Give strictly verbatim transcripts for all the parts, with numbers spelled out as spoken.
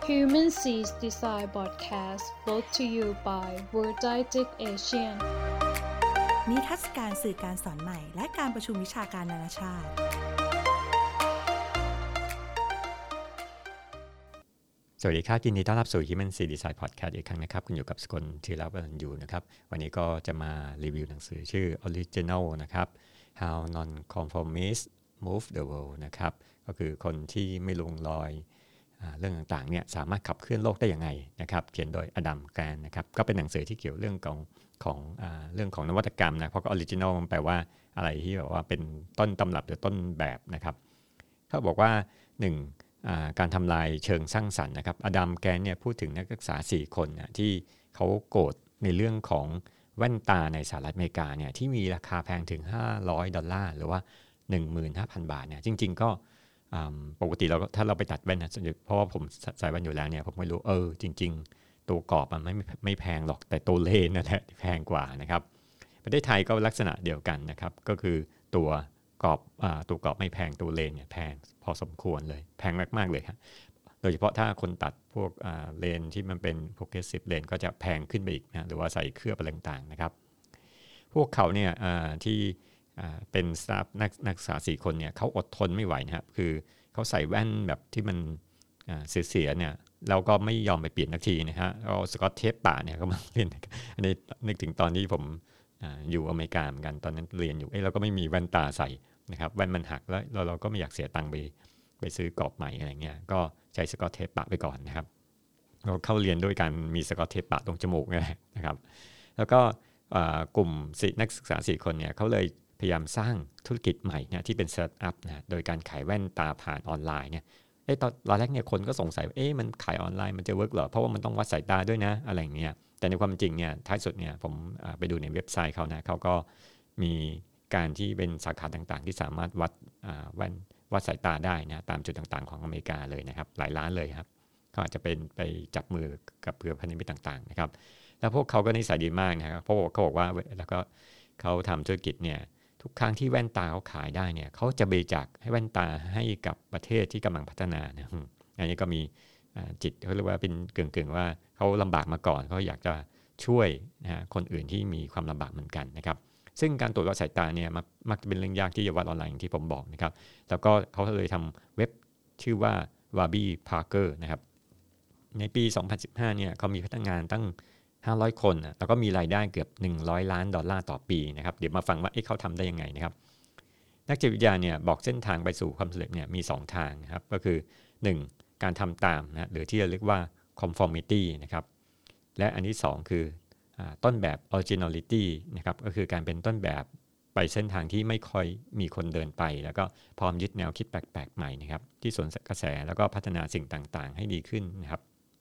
Human Seas Design Podcast brought to you by World Didactic Asian นิทรรศการสื่อการสอนใหม่และการประชุมวิชาการนานาชาติสวัสดีครับยินดีต้อนรับสู่ Human Seas Design Podcast อีกครั้งนะครับคุณอยู่กับสกลธีรวรรณยูนะครับวันนี้ก็จะมารีวิวหนังสือชื่อ Original นะครับ How Non-Conformists Move the World นะครับก็คือคนที่ไม่ลงรอยเรื่องต่างๆเนี่ยสามารถขับเคลื่อนโลกได้ยังไงนะครับเขียนโดยอดัมแกรนนะครับก็เป็นหนังสือที่เกี่ยวเรื่องของของอ่าเรื่องของนวัตกรรมนะเพราะก็ Original มันแปลว่าอะไรที่แบบว่าเป็นต้นตำรับหรือต้นแบบนะครับเขาบอกว่าหนึ่งการทำลายเชิงสร้างสรรค์นะครับอดัมแกรนเนี่ยพูดถึงนักศึกษาสี่คนนะที่เขาโกรธในเรื่องของแว่นตาในสหรัฐอเมริกาเนี่ยที่มีราคาแพงถึงห้าร้อยดอลลาร์หรือว่า หนึ่งหมื่นห้าพัน บาทเนี่ยจริงๆก็ปกติเราถ้าเราไปตัดแว่นนะเพราะว่าผมใส่แว่นอยู่แล้วเนี่ยผมไม่รู้เออจริงๆตัวกรอบมันไม่ไม่แพงหรอกแต่ตัวเลนนั่นแหละแพงกว่านะครับประเทศไทยก็ลักษณะเดียวกันนะครับก็คือตัวกรอบตัวกรอบไม่แพงตัวเลนเนี่ยแพงพอสมควรเลยแพงมากๆเลยครับโดยเฉพาะถ้าคนตัดพวกเลนที่มันเป็นโปรเกรสซีฟเลนก็จะแพงขึ้นไปอีกนะหรือว่าใส่เคลือบอะไรต่างๆนะครับพวกเขาเนี่ยที่เป็นสตาฟนักนักศึกษาสี่คนเนี่ยเขาอดทนไม่ไหวนะครับคือเขาใส่แว่นแบบที่มันเสียๆเนี่ยเราก็ไม่ยอมไปเปลี่ยนทักทีนะฮะเอาสกอตเทปปะเนี่ยก็มาเปลี่ยนอันนี้นึกถึงตอนที่ผมอยู่อเมริกาเหมือนกันตอนนั้นเรียนอยู่เอ้เราก็ไม่มีแว่นตาใส่นะครับแว่นมันหักแล้วเราเราก็ไม่อยากเสียตังค์ไปไปซื้อกรอบใหม่อะไรเงี้ยก็ใช้สกอตเทปปะไปก่อนนะครับเราเข้าเรียนด้วยการมีสกอตเทปปะตรงจมูกนะครับแล้วก็กลุ่มนักศึกษาสี่คนเนี่ยเขาเลยพยายามสร้างธุรกิจใหม่เนี่ยที่เป็นสตาร์ทอัพนะโดยการขายแว่นตาผ่านออนไลน์เนี่ยไอ้ตอนแรกเนี่ยคนก็สงสัยว่าเอ๊ะมันขายออนไลน์มันจะเวิร์กเหรอเพราะว่ามันต้องวัดสายตาด้วยนะอะไรอย่างเงี้ยแต่ในความจริงเนี่ยท้ายสุดเนี่ยผมไปดูในเว็บไซต์เขานะเขาก็มีการที่เป็นสาขาต่างๆที่สามารถวัดแว่นวัดสายตาได้นะตามจุดต่างๆของอเมริกาเลยนะครับหลายล้านเลยครับเขาอาจจะเป็นไปจับมือกับเครือพันธมิตรต่างๆนะครับแล้วพวกเขาก็นิสัยดีมากนะครับเพราะเขาบอกว่าแล้วก็เขาทำธุรกิจเนี่ยทุกครั้งที่แว่นตาเขาขายได้เนี่ยเขาจะบริจาคให้แว่นตาให้กับประเทศที่กำลังพัฒนานะอันนี้ก็มีจิตเขาเรียกว่าเป็นกึ่งๆว่าเขาลำบากมาก่อนเขาอยากจะช่วยนะคนอื่นที่มีความลำบากเหมือนกันนะครับซึ่งการตรวจวัดสายตาเนี่ยมักจะเป็นเรื่องยากที่จะวัดออนไลน์อย่างที่ผมบอกนะครับแล้วก็เขาเลยทำเว็บชื่อว่า Warby Parker นะครับในปีสองพันสิบห้าเนี่ยเขามีพนักงานตั้งห้าร้อยคนนะแล้วก็มีรายได้เกือบหนึ่งร้อยล้านดอลลาร์ต่อปีนะครับเดี๋ยวมาฟังว่าเอ๊ะเขาทำได้ยังไงนะครับนักจิตวิทยาเนี่ยบอกเส้นทางไปสู่ความสำเร็จเนี่ยมีสองทางนะครับก็คือหนึ่งการทำตามนะหรือที่เราเรียกว่า conformity นะครับและอันที่สองคือต้นแบบ originality นะครับก็คือการเป็นต้นแบบไปเส้นทางที่ไม่ค่อยมีคนเดินไปแล้วก็พร้อมยึดแนวคิดแปลกๆใหม่นะครับที่สวนกระแสแล้วก็พัฒนาสิ่งต่างๆให้ดีขึ้นนะครับ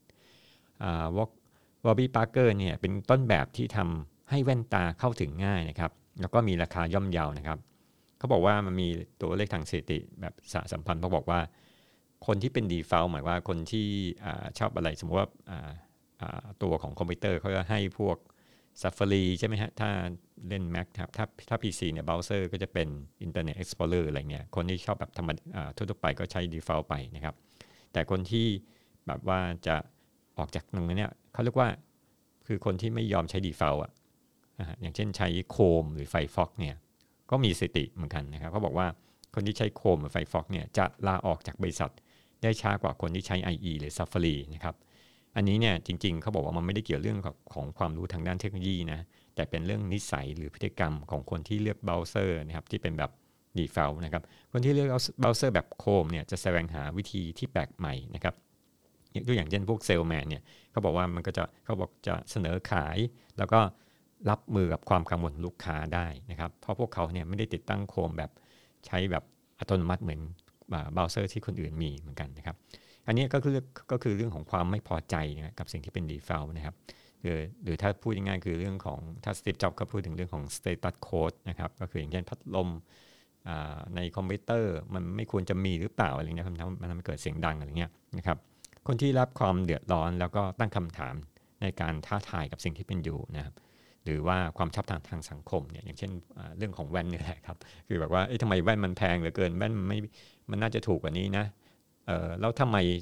วอร์บี้ ปาร์เกอร์เนี่ยเป็นต้นแบบที่ทำให้แว่นตาเข้าถึงง่ายนะครับแล้วก็มีราคาย่อมเยานะครับเขาบอกว่ามันมีตัวเลขทางสถิติแบบสหสัมพันธ์เขาบอกว่าคนที่เป็น default หมายว่าคนที่ชอบอะไรสมมติว่าตัวของคอมพิวเตอร์เขาจะให้พวก Safari ใช่ไหมฮะถ้าเล่น Mac ครับถ้าถ้า พี ซี เนี่ยเบราว์เซอร์ก็จะเป็น Internet Explorer อะไรเงี้ยคนที่ชอบแบบธรรมดาทั่วๆไปก็ใช้ default ไปนะครับแต่คนที่แบบว่าจะออกจากตรงนี้เนี่ยเขาเรียกว่าคือคนที่ไม่ยอมใช้ default อ่ะอย่างเช่นใช้ Chrome หรือ Firefox เนี่ยก็มีสถิติเหมือนกันนะครับเขาบอกว่าคนที่ใช้ Chrome หรือ Firefox เนี่ยจะลาออกจากบริษัทได้ช้ากว่าคนที่ใช้ ไอ อี หรือ Safari นะครับอันนี้เนี่ยจริงๆเขาบอกว่ามันไม่ได้เกี่ยวเรื่องของความรู้ทางด้านเทคโนโลยีนะแต่เป็นเรื่องนิสัยหรือพฤติกรรมของคนที่เลือกเบราว์เซอร์นะครับที่เป็นแบบ default นะครับคนที่เลือกเบราว์เซอร์แบบ Chrome เนี่ยจะแสวงหาวิธีที่แปลกใหม่นะครับตัวอย่างเช่นพวกเซลแมนเนี่ยเขาบอกว่ามันก็จะเขาบอกจะเสนอขายแล้วก็รับมือกับความกังวลลูกค้าได้นะครับเพราะพวกเขาเนี่ยไม่ได้ติดตั้งโคมแบบใช้แบบอัตโนมัติเหมือนเบราว์เซอร์ที่คนอื่นมีเหมือนกันนะครับอันนี้ก็คือก็คือเรื่องของความไม่พอใจนะกับสิ่งที่เป็น default นะครับหรือหรือถ้าพูดง่ายๆคือเรื่องของถ้าสตีฟจ็อบส์ก็พูดถึงเรื่องของ status code นะครับก็คืออย่างเช่นพัดลมในคอมพิวเตอร์มันไม่ควรจะมีหรือเปล่าอะไรเงี้ยมันทำมันทำให้เกิดเสียงดังอะไรเงี้ยนะครับคนที่รับความเดือดร้อนแล้วก็ตั้งคำถามในการท้าทายกับสิ่งที่เป็นอยู่นะครับหรือว่าความชอบธรรมทางสังคมเนี่ยอย่างเช่นเรื่องของแว่นนี่แหละครับคือแบบว่าเอ๊ะทำไมแว่นมันแพงเหลือเกินแว่นมันไม่มันน่าจะถูกกว่านี้นะเออแล้วทำไม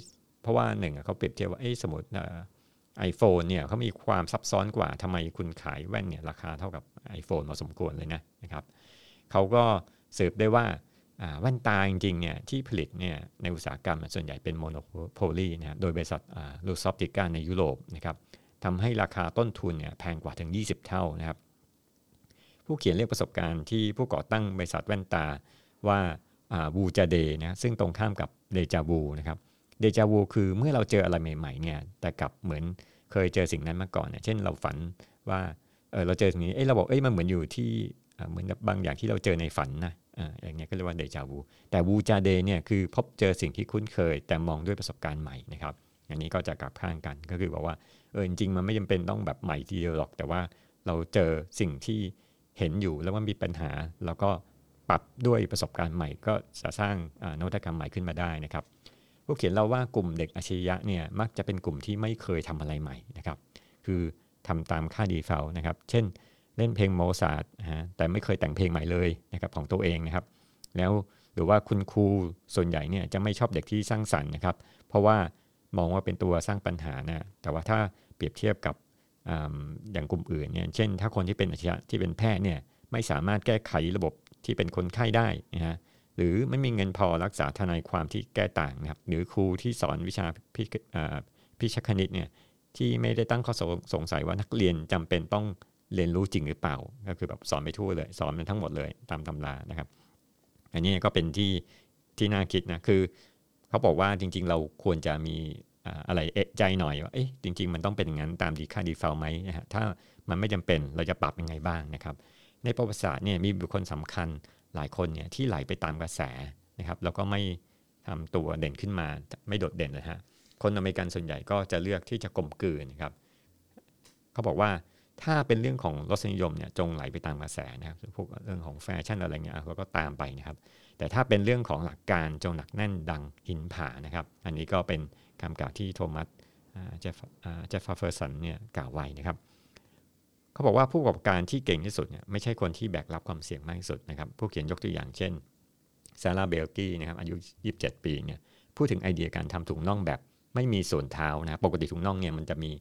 เพราะว่าหนึ่งเขาเปรียบเทียบว่าสมมติไอโฟนเนี่ยเขามีความซับซ้อนกว่าทำไมคุณขายแว่นเนี่ยราคาเท่ากับ iPhone พอสมควรเลยนะนะครับเขาก็สืบได้ว่าแว่นตาจริงๆเนี่ยที่ผลิตเนี่ยในอุตสาหกรรมส่วนใหญ่เป็นโมโนโพลีนะโดยบริษัทลูซอปติก้าในยุโรปนะครับทำให้ราคาต้นทุนเนี่ยแพงกว่าถึงยี่สิบเท่านะครับผู้เขียนเรียกประสบการณ์ที่ผู้ก่อตั้งบริษัทแว่นตาว่าวูจาเดนะซึ่งตรงข้ามกับเดจาวูนะครับเดจาวูคือเมื่อเราเจออะไรใหม่ๆเนี่ยแต่กลับเหมือนเคยเจอสิ่งนั้นมาก่อนเนี่ยเช่นเราฝันว่า เออเราเจอสิ่งนี้เอ้ยเราบอกเอ้ยมันเหมือนอยู่ที่เหมือนบางอย่างที่เราเจอในฝันนะอ่าอย่างเงี้ยก็เรียกว่าเดจาวูแต่วูจาเดเนี่ยคือพบเจอสิ่งที่คุ้นเคยแต่มองด้วยประสบการณ์ใหม่นะครับอันนี้ก็จะกลับข้างกันก็คือบอกว่าเออจริงๆมันไม่จำเป็นต้องแบบใหม่ทีเดียวหรอกแต่ว่าเราเจอสิ่งที่เห็นอยู่แล้วมันมีปัญหาแล้วก็ปรับด้วยประสบการณ์ใหม่ก็จะสร้างนวัตกรรมใหม่ขึ้นมาได้นะครับผู้เขียนเล่าว่ากลุ่มเด็กอัจฉริยะเนี่ยมักจะเป็นกลุ่มที่ไม่เคยทำอะไรใหม่นะครับคือทำตามค่า default นะครับเช่นเล่นเพลงโมซาร์ทฮะแต่ไม่เคยแต่งเพลงใหม่เลยนะครับของตัวเองนะครับแล้วหรือว่าคุณครูส่วนใหญ่เนี่ยจะไม่ชอบเด็กที่สร้างสรรค์นะครับเพราะว่ามองว่าเป็นตัวสร้างปัญหานะแต่ว่าถ้าเปรียบเทียบกับ อ, อย่างกลุ่มอื่นเนี่ยเช่นถ้าคนที่เป็นอัจฉริยะที่เป็นแพทย์เนี่ยไม่สามารถแก้ไขระบบที่เป็นคนไข้ได้นะฮะหรือไม่มีเงินพอรักษาทนายความที่แก้ต่างนะครับหรือครูที่สอนวิชาพิพิชคณิตเนี่ยที่ไม่ได้ตั้งข้อสงสัยว่านักเรียนจำเป็นต้องเรียนรู้จริงหรือเปล่าก็คือแบบสอนไปทั่วเลยสอนมันทั้งหมดเลยตามตำรานะครับอันนี้ก็เป็นที่ที่น่าคิดนะคือเขาบอกว่าจริงๆเราควรจะมีอะไรเอะใจหน่อยว่าเอ๊ะจริงๆมันต้องเป็นอย่างนั้นตามดีค่า default ไหมนะฮะถ้ามันไม่จำเป็นเราจะปรับยังไงบ้างนะครับในประวัติศาสตร์เนี่ยมีบุคคลสำคัญหลายคนเนี่ยที่ไหลไปตามกระแสนะครับแล้วก็ไม่ทำตัวเด่นขึ้นมาไม่โดดเด่นเลยฮะคนอเมริกันส่วนใหญ่ก็จะเลือกที่จะกลมกลืนนะครับเขาบอกว่าถ้าเป็นเรื่องของรสนิยมเนี่ยจงไหลไปตามกระแสนะครับพวกเรื่องของแฟชั่นอะไรเงี้ยเราก็ตามไปนะครับแต่ถ้าเป็นเรื่องของหลักการจงหนักแน่นดังหินผานะครับอันนี้ก็เป็นคำกล่าวที่โทมัสเจฟเจฟเฟอร์สันเนี่ยกล่าวไว้นะครับเขาบอกว่าผู้ประกอบการที่เก่งที่สุดเนี่ยไม่ใช่คนที่แบกรับความเสี่ยงมากที่สุดนะครับผู้เขียนยกตัวอย่างเช่นซาร่าเบลกี้นะครับอายุยี่สิบเจ็ดปีเนี่ยพูดถึงไอเดียการทำถุงน่องแบบไม่มีส่วนเท้านะปกติถุงน่องเนี่ยมันจะมี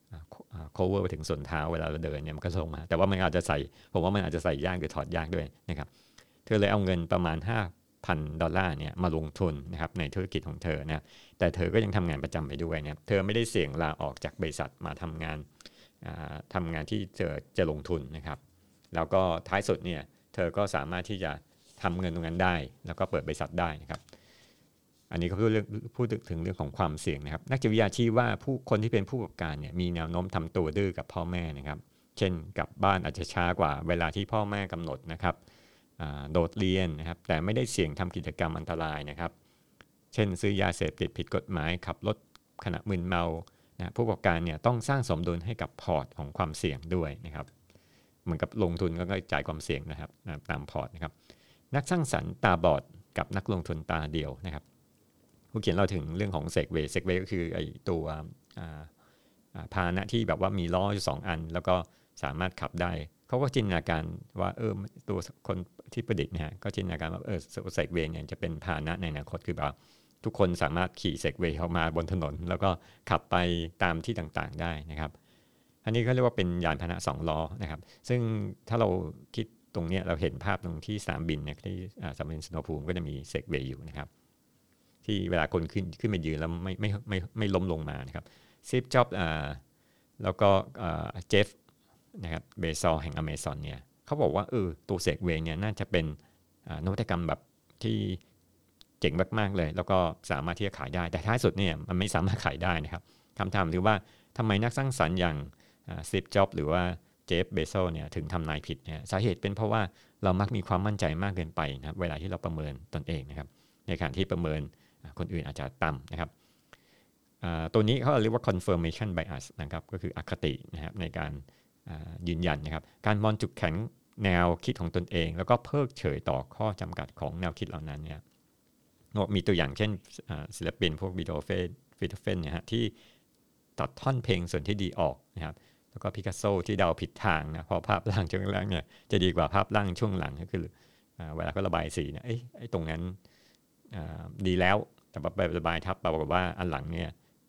cover ไปถึงส่วนเท้าเวลาเราเดินเนี่ยมันก็ลงมาแต่ว่ามันอาจจะใส่ผมว่ามันอาจจะใส่ยากหรือถอดยากด้วยนะครับเธอเลยเอาเงินประมาณ ห้าพัน ดอลลาร์เนี่ยมาลงทุนนะครับในธุรกิจของเธอนะแต่เธอก็ยังทำงานประจำไปด้วยนะครับเธอไม่ได้เสี่ยงลาออกจากบริษัทมาทำงานทำงานที่เธอจะลงทุนนะครับแล้วก็ท้ายสุดเนี่ยเธอก็สามารถที่จะทำเงินตรงนั้นได้แล้วก็เปิดบริษัทได้นะครับอันนี้เขาพูดเรื่องพูดถึงเรื่องของความเสี่ยงนะครับนักจิตวิทยาชี้ว่าผู้คนที่เป็นผู้ประกอบการเนี่ยมีแนวโน้มทำตัวดื้อกับพ่อแม่นะครับเช่นกลับบ้านอาจจะช้ากว่าเวลาที่พ่อแม่กำหนดนะครับโดดเรียนนะครับแต่ไม่ได้เสี่ยงทำกิจกรรมอันตรายนะครับเช่นซื้อยาเสพติดผิดกฎหมายขับรถขณะมึนเมานะผู้ประกอบการเนี่ยต้องสร้างสมดุลให้กับพอร์ตของความเสี่ยงด้วยนะครับเหมือนกับลงทุนก็จ่ายความเสี่ยงนะครับตามพอร์ตนะครับนักสร้างสรรค์ตาบอดกับนักลงทุนตาเดียวนะครับผู้เขียนเราถึงเรื่องของเซกเวย์เซกเวย์ก็คือไอตัวพาหนะที่แบบว่ามีล้ออยู่สองอันแล้วก็สามารถขับได้เขาก็จินตนาการว่าเออตัวคนที่ประดิษฐ์นะฮะก็จินตนาการว่าเออเซกเวย์เนี่ยจะเป็นพาหนะในอนาคตคือแบบทุกคนสามารถขี่เซกเวย์เข้ามาบนถนนแล้วก็ขับไปตามที่ต่างๆได้นะครับอันนี้เขาเรียกว่าเป็นยานพาหนะสองล้อนะครับซึ่งถ้าเราคิดตรงนี้เราเห็นภาพตรงที่สนามบินเนี่ยที่สนามบินสุวรรณภูมิก็จะมีเซกเวย์อยู่นะครับที่เวลาคนขึ้นขึ้นมายืนแล้วไม่ไม่ไม่ไม่ล้มลงมานะครับซีฟจ็อบอ่าแล้วก็เจฟนะครับเบซอลแห่ง Amazon เนี่ยเขาบอกว่าเออตัวเซกเวย์เนี่ยน่าจะเป็นนวัตกรรมแบบที่เจ๋งมากๆเลยแล้วก็สามารถที่จะขายได้แต่ท้ายสุดเนี่ยมันไม่สามารถขายได้นะครับคำถามคือว่าทำไมนักสร้างสรรค์อย่างซีฟจ็อบหรือว่าเจฟเบซอลเนี่ยถึงทำนายผิดเนี่ยสาเหตุเป็นเพราะว่าเรามักมีความมั่นใจมากเกินไปนะครับเวลาที่เราประเมินตนเองนะครับในขณะที่ประเมินคนอื่นอาจจะต่ำนะครับตัวนี้เขาเรียกว่า confirmation bias นะครับก็คืออคตินะครับในการยืนยันนะครับการมองจุดแข็งแนวคิดของตนเองแล้วก็เพิกเฉยต่อข้อจำกัดของแนวคิดเหล่านั้นเนี่ยมีตัวอย่างเช่นศิลปินพวกบีโธเฟนบีโธเฟนเนี่ยฮะที่ตัดท่อนเพลงส่วนที่ดีออกนะครับแล้วก็พิกัสโซที่เดาผิดทางนะพอภาพล่างช่วงล่างเนี่ยจะดีกว่าภาพล่างช่วงหลังก็คือเวลาเขาระบายสีเนี่ยไอ้ตรงนั้นดีแล้วแต่ไประบายทับปรากฏว่าอันหลังเนี่ย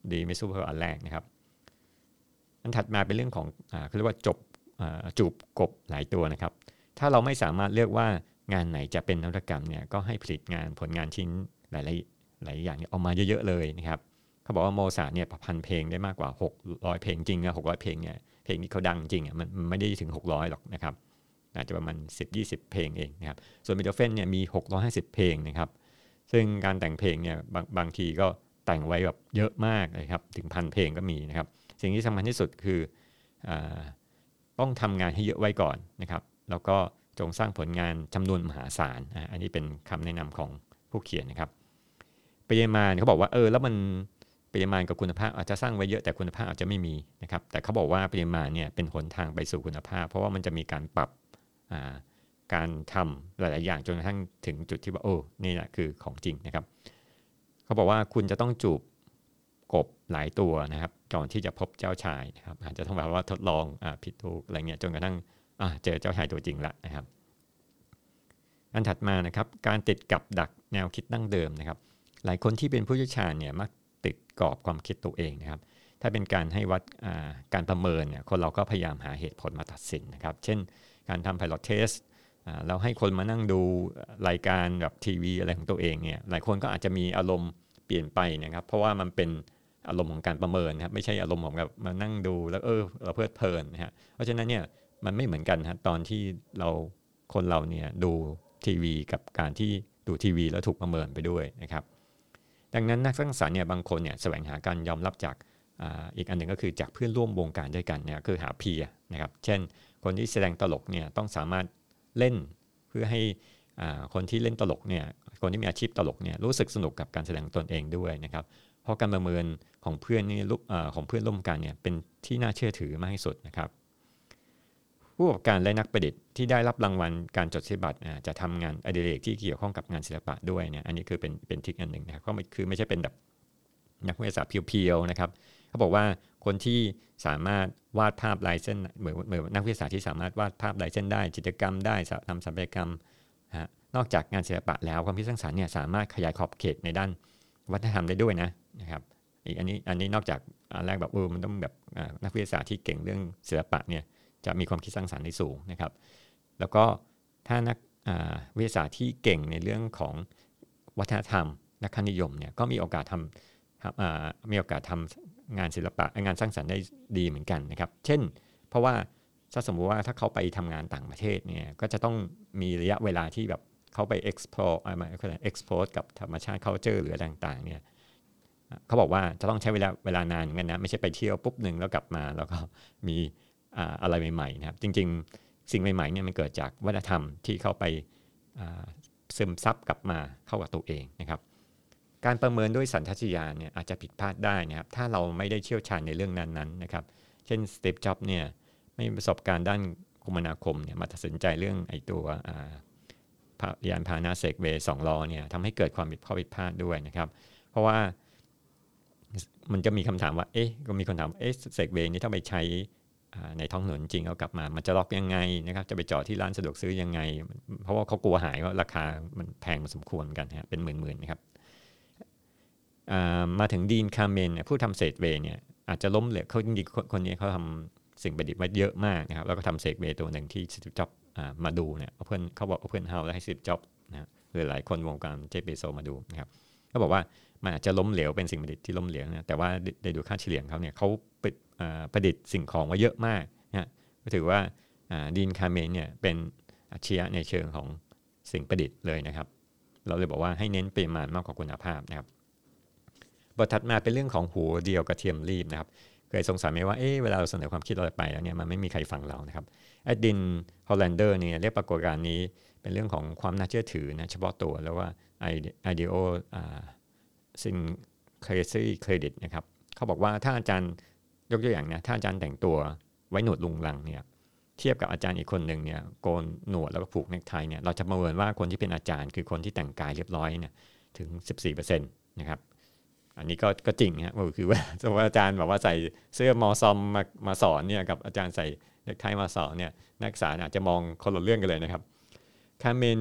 demesurable อันแรกนะครับอันถัดมาเป็นเรื่องของอ่าเขาเรียกว่าจบอ่าจูบกบหลายตัวนะครับถ้าเราไม่สามารถเลือกว่างานไหนจะเป็นนวัตกรรมเนี่ยก็ให้ผลิตงานผลงานชิ้นหลายๆหลายอย่างเนี่ยออกมาเยอะๆเลยนะครับเขาบอกว่าโมซาร์ทเนี่ยประพันธ์เพลงได้มากกว่าหกร้อยเพลงจริงนะหกร้อยเพลงเนี่ยเพลงนี้เขาดังจริงอ่ะมันไม่ได้ถึงหกร้อยหรอกนะครับอาจจะประมาณ สิบถึงยี่สิบ เพลงเองนะครับส่วนบีโธเฟนเนี่ยมีหกร้อยห้าสิบเพลงนะครับซึ่งการแต่งเพลงเนี่ยบางบางทีก็แต่งไว้แบบเยอะมากเลยครับถึงพันเพลงก็มีนะครับสิ่งที่สำคัญที่สุดคืออ่าต้องทำงานให้เยอะไว้ก่อนนะครับแล้วก็จงสร้างผลงานจำนวนมหาศาลอันนี้เป็นคำแนะนำของผู้เขียนนะครับปริมาณเขาบอกว่าเออแล้วมันปริมาณกับคุณภาพอาจจะสร้างไว้เยอะแต่คุณภาพอาจจะไม่มีนะครับแต่เขาบอกว่าปริมาณเนี่ยเป็นหนทางไปสู่คุณภาพเพราะว่ามันจะมีการปรับการทำหลายๆอย่างจนกระทั่งถึงจุดที่ว่าโอ้นี่แหละคือของจริงนะครับเขาบอกว่าคุณจะต้องจูบกบหลายตัวนะครับก่อนที่จะพบเจ้าชายนะครับอาจจะต้องแบบว่าทดลองอ่าผิดถูกอะไรเงี้ยจนกระทั่งเจอเจ้าชายตัวจริงละนะครับอันถัดมานะครับการติดกับดักแนวคิดดั้งเดิมนะครับหลายคนที่เป็นผู้เชี่ยวชาญเนี่ยมักติดกรอบความคิดตัวเองนะครับถ้าเป็นการให้วัดการประเมินเนี่ยคนเราก็พยายามหาเหตุผลมาตัดสินนะครับเช่นการทำ pilot test แล้วให้คนมานั่งดูรายการแบบทีวีอะไรของตัวเองเนี่ยหลายคนก็อาจจะมีอารมณ์เปลี่ยนไปนะครับเพราะว่ามันเป็นอารมณ์ของการประเมินนะครับไม่ใช่อารมณ์ของแบบมานั่งดูแล้วเออเราเพลิดเพลินนะฮะเพราะฉะนั้นเนี่ยมันไม่เหมือนกันนะตอนที่เราคนเราเนี่ยดูทีวีกับการที่ดูทีวีแล้วถูกประเมินไปด้วยนะครับดังนั้นนักสร้างสรรค์เนี่ยบางคนเนี่ยแสวงหาการยอมรับจาก อ, อีกอันหนึ่งก็คือจากเพื่อนร่วมวงการด้วยกันเนี่ยคือหาเพียร์นะครับเช่นคนที่แสดงตลกเนี่ยต้องสามารถเล่นเพื่อให้คนที่เล่นตลกเนี่ยคนที่มีอาชีพตลกเนี่ยรู้สึกสนุกกับการแสดงตนเองด้วยนะครับเพราะการประเมินของเพื่อนนี่ของเพื่อนร่วมกันเนี่ยเป็นที่น่าเชื่อถือมากที่สุดนะครับผู้ประกอบการและนักประดิษฐ์ที่ได้รับรางวัลการจดสิทธิบัตรจะทำงานอดิเรกที่เกี่ยวข้องกับงานศิลปะด้วยเนี่ยอันนี้คือเป็นเป็นทริคอันหนึ่งนะครับก็คือไม่ใช่เป็นแบบนักวิทยาศาสตร์เพียวๆนะครับเขาบอกว่าคนที่สามารถวาดภาพลายเส้นเหมือนเหมือนนักวิทยาศาสตร์ที่สามารถวาดภาพลายเส้นได้จิตรกรรมได้ทำศิลปกรรมฮะนอกจากงานศิลปะแล้วความคิดสร้างสรรค์เนี่ยสามารถขยายขอบเขตในด้านวัฒนธรรมได้ด้วยนะนะครับอีกอันนี้อันนี้นอกจากอันแรกแบบเออมันต้องแบบนักวิทยาศาสตร์ที่เก่งเรื่องศิลปะเนี่ยจะมีความคิดสร้างสรรค์ได้สูงนะครับแล้วก็ถ้านักวิทยาศาสตร์ที่เก่งในเรื่องของวัฒนธรรมและค่านิยมเนี่ยก็มีโอกาสทำมีโอกาสทำงานศิลปะงานสร้างสรรค์ได้ดีเหมือนกันนะครับเช่นเพราะว่าถ้าสมมุติว่าถ้าเขาไปทำงานต่างประเทศเนี่ยก็จะต้องมีระยะเวลาที่แบบเขาไป explore อะไร expose กับธรรมชาติ culture หรืออะไรต่างๆเนี่ยเขาบอกว่าจะต้องใช้เวลาเวลานานเหมือนกันนะไม่ใช่ไปเที่ยวปุ๊บหนึ่งแล้วกลับมาแล้วก็มีอะไรใหม่ๆนะครับจริงๆสิ่งใหม่ๆเนี่ยมันเกิดจากวัฒนธรรมที่เข้าไปซึมซับกลับมาเข้ากับตัวเองนะครับการประเมินด้วยสัญชาตญาณเนี่ยอาจจะผิดพลาดได้นะครับถ้าเราไม่ได้เชี่ยวชาญในเรื่องนั้นๆนะครับเช่นสตีฟ จ็อบส์เนี่ยไม่มีประสบการณ์ด้านคมนาคมเนี่ยมาตัดสินใจเรื่องไอ้ตัวยานพาหนะเซกเวย์สองล้อเนี่ยทำให้เกิดความผิดข้อผิดพลาดด้วยนะครับเพราะว่ามันจะมีคำถามว่าเอ๊ะก็มีคนถามเอ๊ะเซกเวย์นี้ถ้าไปใช้ในท้องถนนจริงเอากลับมามันจะล็อกยังไงนะครับจะไปจอดที่ร้านสะดวกซื้อยังไงเพราะว่าเขากลัวหายว่าราคามันแพงพอสมควรกันนะเป็นหมื่นๆนะครับมาถึงดีนคาร์เมนเนี่ยผู้ทำเซกเวย์เนี่ยอาจจะล้มเหลวเขาจริงๆคนนี้เขาทำสิ่งประดิษฐ์ไว้เยอะมากนะครับแล้วก็ทำเซกเวย์ตัวหนึ่งที่สตีฟ จ็อบส์มาดูเนี่ยเพื่อนเขาบอกเพื่อนเฮาแล้วให้สตีฟ จ็อบส์นะหรือหลายคนวงการเจฟ เบโซมาดูนะครับเขาบอกว่ามันอาจจะล้มเหลวเป็นสิ่งประดิษฐ์ที่ล้มเหลวนะแต่ว่าได้ดูค่าเฉลี่ยเขาเนี่ยเขาประดิษฐ์สิ่งของไว้เยอะมากนะก็ถือว่าดีนคาร์เมนเนี่ยเป็นอาชีพในเชิงของสิ่งประดิษฐ์เลยนะครับเราเลยบอกว่าให้เน้นปริมาณมากกว่าคุณภาพนะครับบทถัดมาเป็นเรื่องของหูเดียวกระเทียมรีบนะครับเคยสงสัยไหมว่าเอ๊ะเวลาเราเสนอความคิดเราไปแล้วเนี่ยมันไม่มีใครฟังเรานะครับแอดดินฮอลแลนเดอร์เนี่ยเรียกปรากฏการณ์นี้เป็นเรื่องของความน่าเชื่อถือนะเฉพาะตัวแล้วว่า ideal syncrecy credit นะครับเขาบอกว่าถ้าอาจารย์ยกตัวอย่างนะถ้าอาจารย์แต่งตัวไว้หนวดลุงลังเนี่ยเทียบกับอาจารย์อีกคนหนึ่งเนี่ยโกนหนวดแล้วก็ผูกเนคไทเนี่ยเราจะประเมินว่าคนที่เป็นอาจารย์คือคนที่แต่งกายเรียบร้อยเนี่ยถึง สิบสี่เปอร์เซ็นต์ นะครับอันนี้ก็ก็จริงฮะก็คือว่าสมมติว่าอาจารย์บอกว่าใส่เสื้อมอซอมมามาสอนเนี่ยกับอาจารย์ใส่เนคไทมาสอนเนี่ยนักศึกษาอาจจะมองคนละเรื่องกันเลยนะครับคาร์เมน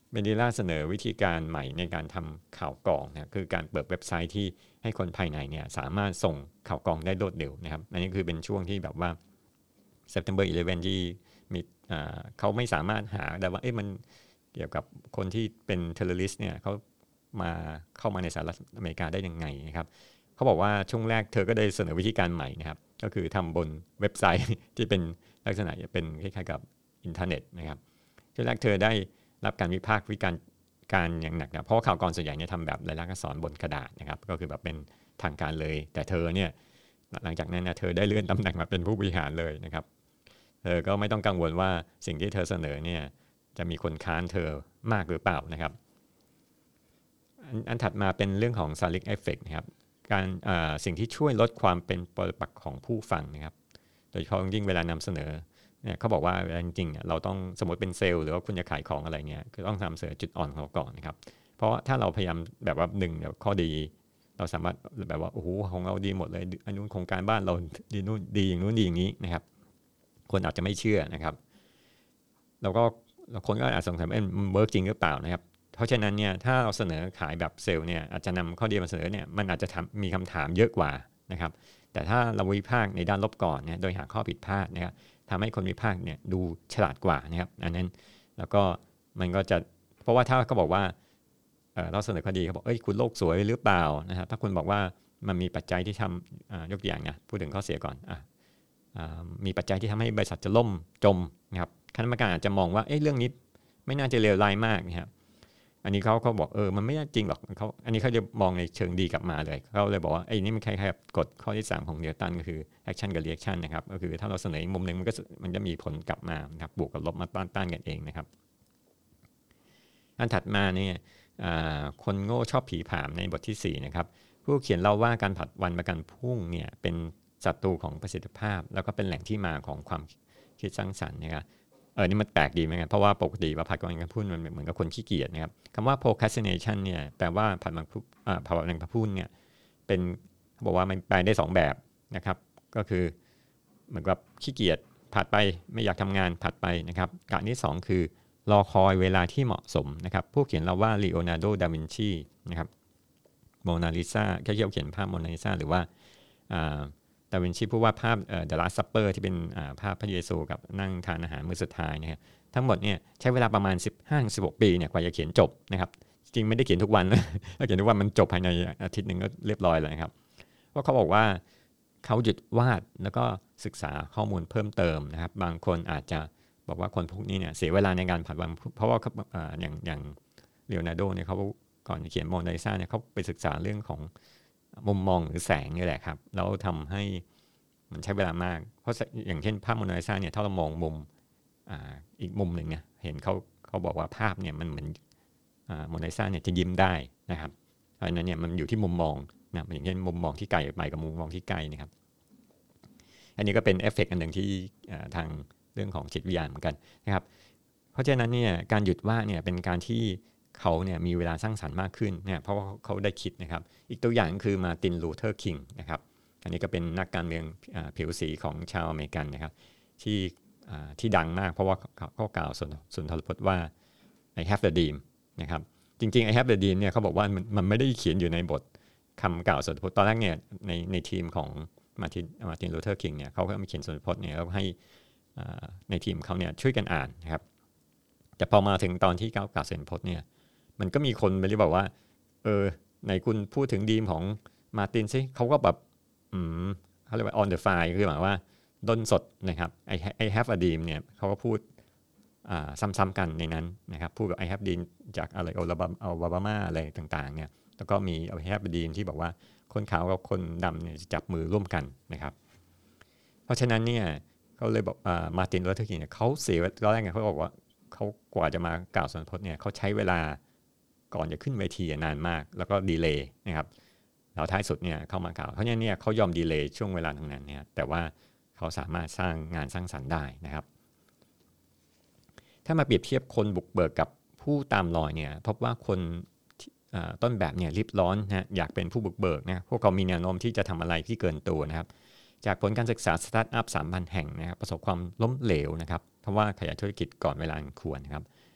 เมดิล่าเสนอวิธีการใหม่ในการทำข่าวกรองนะคือการเปิดเว็บไซต์ที่ให้คนภายในเนี่ยสามารถส่งข่าวกรองได้รวดเร็วนะครับอันนี้คือเป็นช่วงที่แบบว่า September สิบเอ็ด ที่มีเขาไม่สามารถหาได้ว่าเอ๊ะมันเกี่ยวกับคนที่เป็นเทอร์เรอริสต์เนี่ยเขามาเข้ามาในสหรัฐอเมริกาได้ยังไงนะครับเขาบอกว่าช่วงแรกเธอก็ได้เสนอวิธีการใหม่นะครับก็คือทำบนเว็บไซต์ที่เป็นลักษณะเป็นคล้ายๆกับอินเทอร์เน็ตนะครับช่วงแรกเธอได้รับการวิพากษ์วิจารณ์การอย่างหนักนะเพราะข่าวกรองส่วนใหญ่เนี่ยทำแบบลายลักษณ์อักษรบนกระดาษนะครับก็คือแบบเป็นทางการเลยแต่เธอเนี่ยหลังจากนั้นนะเธอได้เลื่อนตำแหน่งมาเป็นผู้บริหารเลยนะครับเธอก็ไม่ต้องกังวลว่าสิ่งที่เธอเสนอเนี่ยจะมีคนค้านเธอมากหรือเปล่านะครับอันถัดมาเป็นเรื่องของ Salic Effect นะครับการสิ่งที่ช่วยลดความเป็นปรปักษ์ของผู้ฟังนะครับโดยเฉพาะยิ่งเวลานำเสนอเนี่ยเขาบอกว่าจริงๆเราต้องสมมติเป็นเซลล์หรือว่าคุณจะขายของอะไรเนี่ยคือต้องนำเสนอจุดอ่อนของเราก่อนนะครับเพราะถ้าเราพยายามแบบว่าหนึ่งเดี๋ยวข้อดีเราสามารถแบบว่าโอ้โหของเราดีหมดเลยอันนู้นโครงการบ้านเราดีนู่นดีอย่างนู้นดีอย่างนี้นะครับคนอาจจะไม่เชื่อนะครับแล้วก็คนก็อาจสงสัยว่ามันเวิร์กจริงหรือเปล่านะครับเพราะฉะนั้นเนี่ยถ้าเราเสนอขายแบบเซลล์เนี่ยอาจจะนำข้อดีมาเสนอเนี่ยมันอาจจะมีคำถามเยอะกว่านะครับแต่ถ้าเราวิพากษ์ในด้านลบก่อนเนี่ยโดยหาข้อผิดพลาดนะครับทำให้คนวิพากษ์เนี่ยดูฉลาดกว่านะครับอันนั้นแล้วก็มันก็จะเพราะว่าถ้าเขาบอกว่า เอ่อเราเสนอข้อดีเขาบอกเอ้ยคุณโลกสวยหรือเปล่านะครับถ้าคุณบอกว่ามันมีปัจจัยที่ทำยกตัวอย่างนะพูดถึงข้อเสียก่อนอ่ะมีปัจจัยที่ทำให้บริษัทจะล่มจมนะครับคณะกรรมการอาจจะมองว่าเอ้ยเรื่องนี้ไม่น่าจะเลวร้ายมากนะครับอันนี้เขาเขาบอกเออมันไม่จริงหรอกเขาอันนี้เขาจะมองในเชิงดีกลับมาเลยเขาเลยบอกว่าไอ้นี่มันคล้ายๆกฎข้อที่สามของนิวตันก็คือ action กับ reaction นะครับก็คือถ้าเราเสนอมุมนึงมันก็มันจะมีผลกลับมานะครับบวกกับลบมาต้านต้านกันเองนะครับอันถัดมาเนี่ยคนโง่ชอบผีผามในบทที่สี่นะครับผู้เขียนเล่าว่าการผัดวันประกันพรุ่งเนี่ยเป็นศัตรูของประสิทธิภาพแล้วก็เป็นแหล่งที่มาของความคิดสร้างสรรค์นะครับเออนี่มันแปลกดีไหมครับเพราะว่าปกติว่าผัดวันประกันพรุ่งมันเหมือนกับคนขี้เกียจนะครับคำว่า procrastination เนี่ยแปลว่าผัดวันผัดวันประกันพรุ่งเนี่ยเป็นเขาบอกว่ามันแปลได้สองแบบนะครับก็คือเหมือนกับขี้เกียจผัดไปไม่อยากทำงานผัดไปนะครับการที่สองคือรอคอยเวลาที่เหมาะสมนะครับผู้เขียนเราว่าลีโอนาร์โด ดาวินชีนะครับโมนาลิซาแค่เขียนภาพโมนาลิซาหรือว่าดาวินชีพูดว่าภาพเอ่อ The Last Supper ที่เป็นภาพพระเยซูกับนั่งทานอาหารมื้อสุดท้ายนะครับทั้งหมดเนี่ยใช้เวลาประมาณ สิบห้าถึงสิบหก ปีเนี่ยกว่าจะเขียนจบนะครับจริงไม่ได้เขียนทุกวันนะถ้าเขียนทุกวันมันจบภายในอาทิตย์นึงก็เรียบร้อยแล้วนะครับเพราะเขาบอกว่าเขาหยุดวาดแล้วก็ศึกษาข้อมูลเพิ่มเติมนะครับบางคนอาจจะบอกว่าคนพวกนี้เนี่ยเสียเวลาในการผัดวันเพราะว่าอย่างอย่างเลโอนาร์โดเนี่ยเขาก่อนเขียนโมนาลิซาเนี่ยเขาไปศึกษาเรื่องของมุมมองหรือแสงนี่แหละครับแล้วทำให้มันใช้เวลามากเพราะอย่างเช่นภาพโมนาลิซาเนี่ยถ้าเรามองมุม อ, อีกมุมหนึ่งเนี่ยเห็นเขาเขาบอกว่าภาพเนี่ยมันเหมือนโมนาลิซาเนี่ยจะยิ้มได้นะครับเพราะฉะนั้นเนี่ยมันอยู่ที่มุมมองนะอย่างเช่นมุมมองที่ไกลไปกับมุมมองที่ใกล้นะครับอันนี้ก็เป็นเอฟเฟกต์อันหนึ่งที่ทางเรื่องของจิตวิทยาเหมือนกันนะครับเพราะฉะนั้นเนี่ยการหยุดวาดเนี่ยเป็นการที่เขาเนี่ยมีเวลาสร้างสรรค์มากขึ้นเนี่ยเพราะว่าเขาได้คิดนะครับอีกตัวอย่างคือมาร์ติน ลูเทอร์ คิงนะครับอันนี้ก็เป็นนักการเมืองผิวสีของชาวอเมริกันนะครับที่ที่ดังมากเพราะว่าเขากล่าวสุนทรพจน์ว่า I have the dream นะครับจริงๆ I have the dream เนี่ยเขาบอกว่ามันมันไม่ได้เขียนอยู่ในบทคำกล่าวสุนทรพจน์ตอนแรกเนี่ยในในทีมของมาร์ตินมาร์ติน ลูเทอร์ คิงเนี่ยเขาก็มาเขียนสุนทรพจน์เนี่ยแล้วให้ในทีมเขาเนี่ยช่วยกันอ่านนะครับแต่พอมาถึงตอนที่กล่าวสุนทรพจน์เนี่ยมันก็มีคนไปเรียกบอกว่าเออในคุณพูดถึงดีมของมาร์ตินซิเขาก็แบบอืมเขาเรียกว่า on the fly คือหมายว่าด้นสดนะครับ I, I have a dream เนี่ยเขาก็พูดซ้ำๆกันในนั้นนะครับพูดกับ I have a dream จากอะไรโอลาบามาอะไรต่างๆเนี่ยแล้วก็มี I have a dream ที่บอกว่าคนขาวกับคนดำเนี่ยจับมือร่วมกันนะครับเพราะฉะนั้นเนี่ยเขาเลยบอกมาร์ติน ลูเทอร์ คิงเนี่ยเขาเสียตอนแรกเนี่ยเขาบอกว่าเขากว่าจะมากล่าวสุนทรพจน์เนี่ยเขาใช้เวลาก่อนจะขึ้นเวทีนานมากแล้วก็ดีเลย์นะครับแล้วท้ายสุดเนี่ยเข้ามากล่าวเพราะฉะนั้นเนี่ยเขายอมดีเลย์ช่วงเวลาตรงนั้นเนี่ยแต่ว่าเขาสามารถสร้างงานสร้างสรรค์ได้นะครับถ้ามาเปรียบเทียบคนบุกเบิกกับผู้ตามรอยเนี่ยพบว่าคนต้นแบบเนี่ยรีบร้อนนะอยากเป็นผู้บุกเบิกนะพวกเขามีแนวโน้มที่จะทำอะไรที่เกินตัวนะครับจากผลการศึกษาสตาร์ทอัพ สามพัน แห่งนะครับประสบความล้มเหลวนะครับเพราะว่าขยายธุรกิจก่อนเวลาควรนะครับ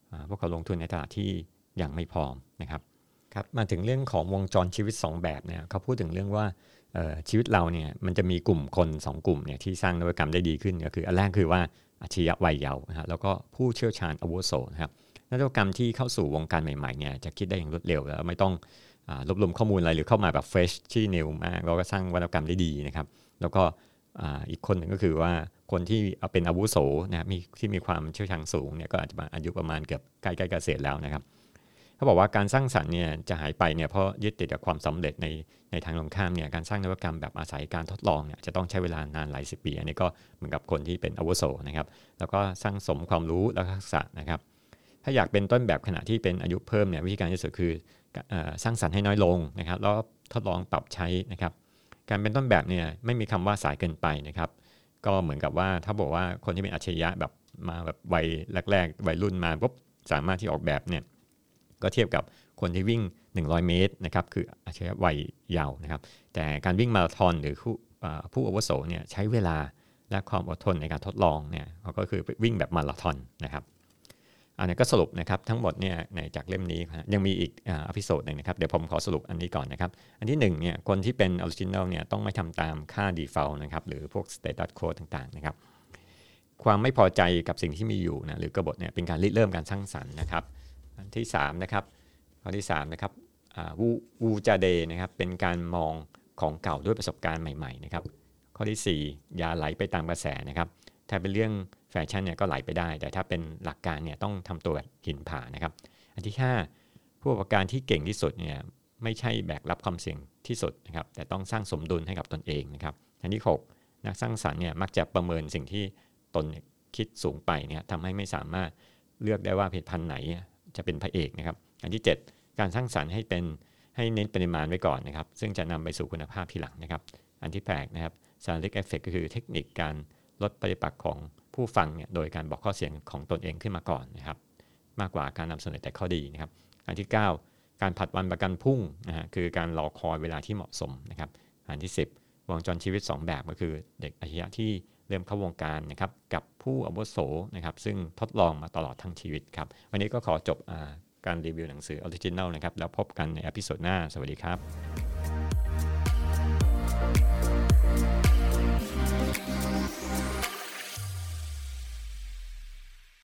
พวกเขาลงทุนในตลาดที่ยังไม่พร้อมนะครับครับมาถึงเรื่องของวงจรชีวิตสองแบบเนี่ยเขาพูดถึงเรื่องว่าชีวิตเราเนี่ยมันจะมีกลุ่มคนสองกลุ่มเนี่ยที่สร้างนวัตกรรมได้ดีขึ้นก็คืออันแรกคือว่าอัจฉริยะวัยเยาว์นะฮะแล้วก็ผู้เชี่ยวชาญอาวุโสนะครับนวัตกรรมที่เข้าสู่วงการใหม่ๆเนี่ยจะคิดได้อย่างรวดเร็วแล้วไม่ต้องรวบรวมข้อมูลอะไรหรือเข้ามาแบบเฟรชที่นิวมากแล้วก็สร้างนวัตกรรมได้ดีนะครับแล้วก็อีกคนหนึ่งก็คือว่าคนที่เป็นอาวุโสนะมีที่มีความเชี่ยวชาญสูงเนี่ยก็อาจจะอายุประมาณเกือบใกล้ๆเกษียณแล้วนะครับเขาบอกว่าการสร้างสรรค์เนี่ยจะหายไปเนี่ยเพราะยึดติดกับความสำเร็จในในทางตรงข้ามเนี่ยการสร้างนวัตกรรมแบบอาศัยการทดลองเนี่ยจะต้องใช้เวลานานหลายสิบปีอันนี้ก็เหมือนกับคนที่เป็นอาวุโสนะครับแล้วก็สร้างสมความรู้และทักษะนะครับถ้าอยากเป็นต้นแบบขณะที่เป็นอายุเพิ่มเนี่ยวิธีการที่สุดคือสร้างสรรค์ให้น้อยลงนะครับแล้วทดลองปรับใช้นะครับการเป็นต้นแบบเนี่ยไม่มีคำว่าสายเกินไปนะครับก็เหมือนกับว่าถ้าบอกว่าคนที่เป็นอัจฉริยะแบบมาแบบวัยแรกๆวัยรุ่นมาปุ๊บสามารถที่ออกแบบเนี่ยก็เทียบกับคนที่วิ่งหนึ่งร้อยเมตรนะครับคืออัจฉริยะวัยเยาว์นะครับแต่การวิ่งมาราธอนหรือผู้ผู้อาวุโสเนี่ยใช้เวลาและความอดทนในการทดลองเนี่ยเขาก็คือวิ่งแบบมาราธอนนะครับอันนี้ก็สรุปนะครับทั้งหมดเนี่ยในจากเล่มนี้ยังมีอีกอ่าอพิโซดนึงนะครับเดี๋ยวผมขอสรุปอันนี้ก่อนนะครับอันที่หนึ่งเนี่ยคนที่เป็นออริจินัลเนี่ยต้องไม่ทำตามค่า default นะครับหรือพวก status quo ต่างๆนะครับความไม่พอใจกับสิ่งที่มีอยู่นะหรือกบฏเนี่ยเป็นการริเริ่มการสร้างสรรค์นะครับอันที่สามนะครับข้อที่สามนะครับวูวูจาเดนะครับเป็นการมองของเก่าด้วยประสบการณ์ใหม่ๆนะครับข้อที่สี่อย่าไหลไปตามกระแสนะครับถ้าเป็นเรื่องแฟชั่นเนี่ยก็ไหลไปได้แต่ถ้าเป็นหลักการเนี่ยต้องทำตัวแบบหินผานะครับอันที่ห้าผู้ประกอบการที่เก่งที่สุดเนี่ยไม่ใช่แบกรับความเสี่ยงที่สุดนะครับแต่ต้องสร้างสมดุลให้กับตนเองนะครับอันที่หกนักสร้างสรรค์เนี่ยมักจะประเมินสิ่งที่ตนคิดสูงไปเนี่ยทำให้ไม่สามารถเลือกได้ว่าผลิตภัณฑ์ไหนจะเป็นพระเอกนะครับอันที่เจ็ดการสร้างสรรค์ให้เป็นให้เน้นปริมาณไว้ก่อนนะครับซึ่งจะนำไปสู่คุณภาพทีหลังนะครับอันที่แปดนะครับ Sandler Effect ก็คือเทคนิคการลดปฏิปักษ์ของผู้ฟังเนี่ยโดยการบอกข้อเสียของตนเองขึ้นมาก่อนนะครับมากกว่าการนำเสนอแต่ข้อดีนะครับอันที่เก้าการผัดวันประกันพรุ่งนะฮะคือการรอคอยเวลาที่เหมาะสมนะครับอันที่สิบวงจรชีวิตสองแบบก็คือเด็กอัจฉริยะที่เริ่มเข้าวงการนะครับกับผู้อาวุโสนะครับซึ่งทดลองมาตลอดทั้งชีวิตครับวันนี้ก็ขอจบการรีวิวหนังสือออริจินัลนะครับแล้วพบกันในเอพิโซดหน้าสวัสดีครับ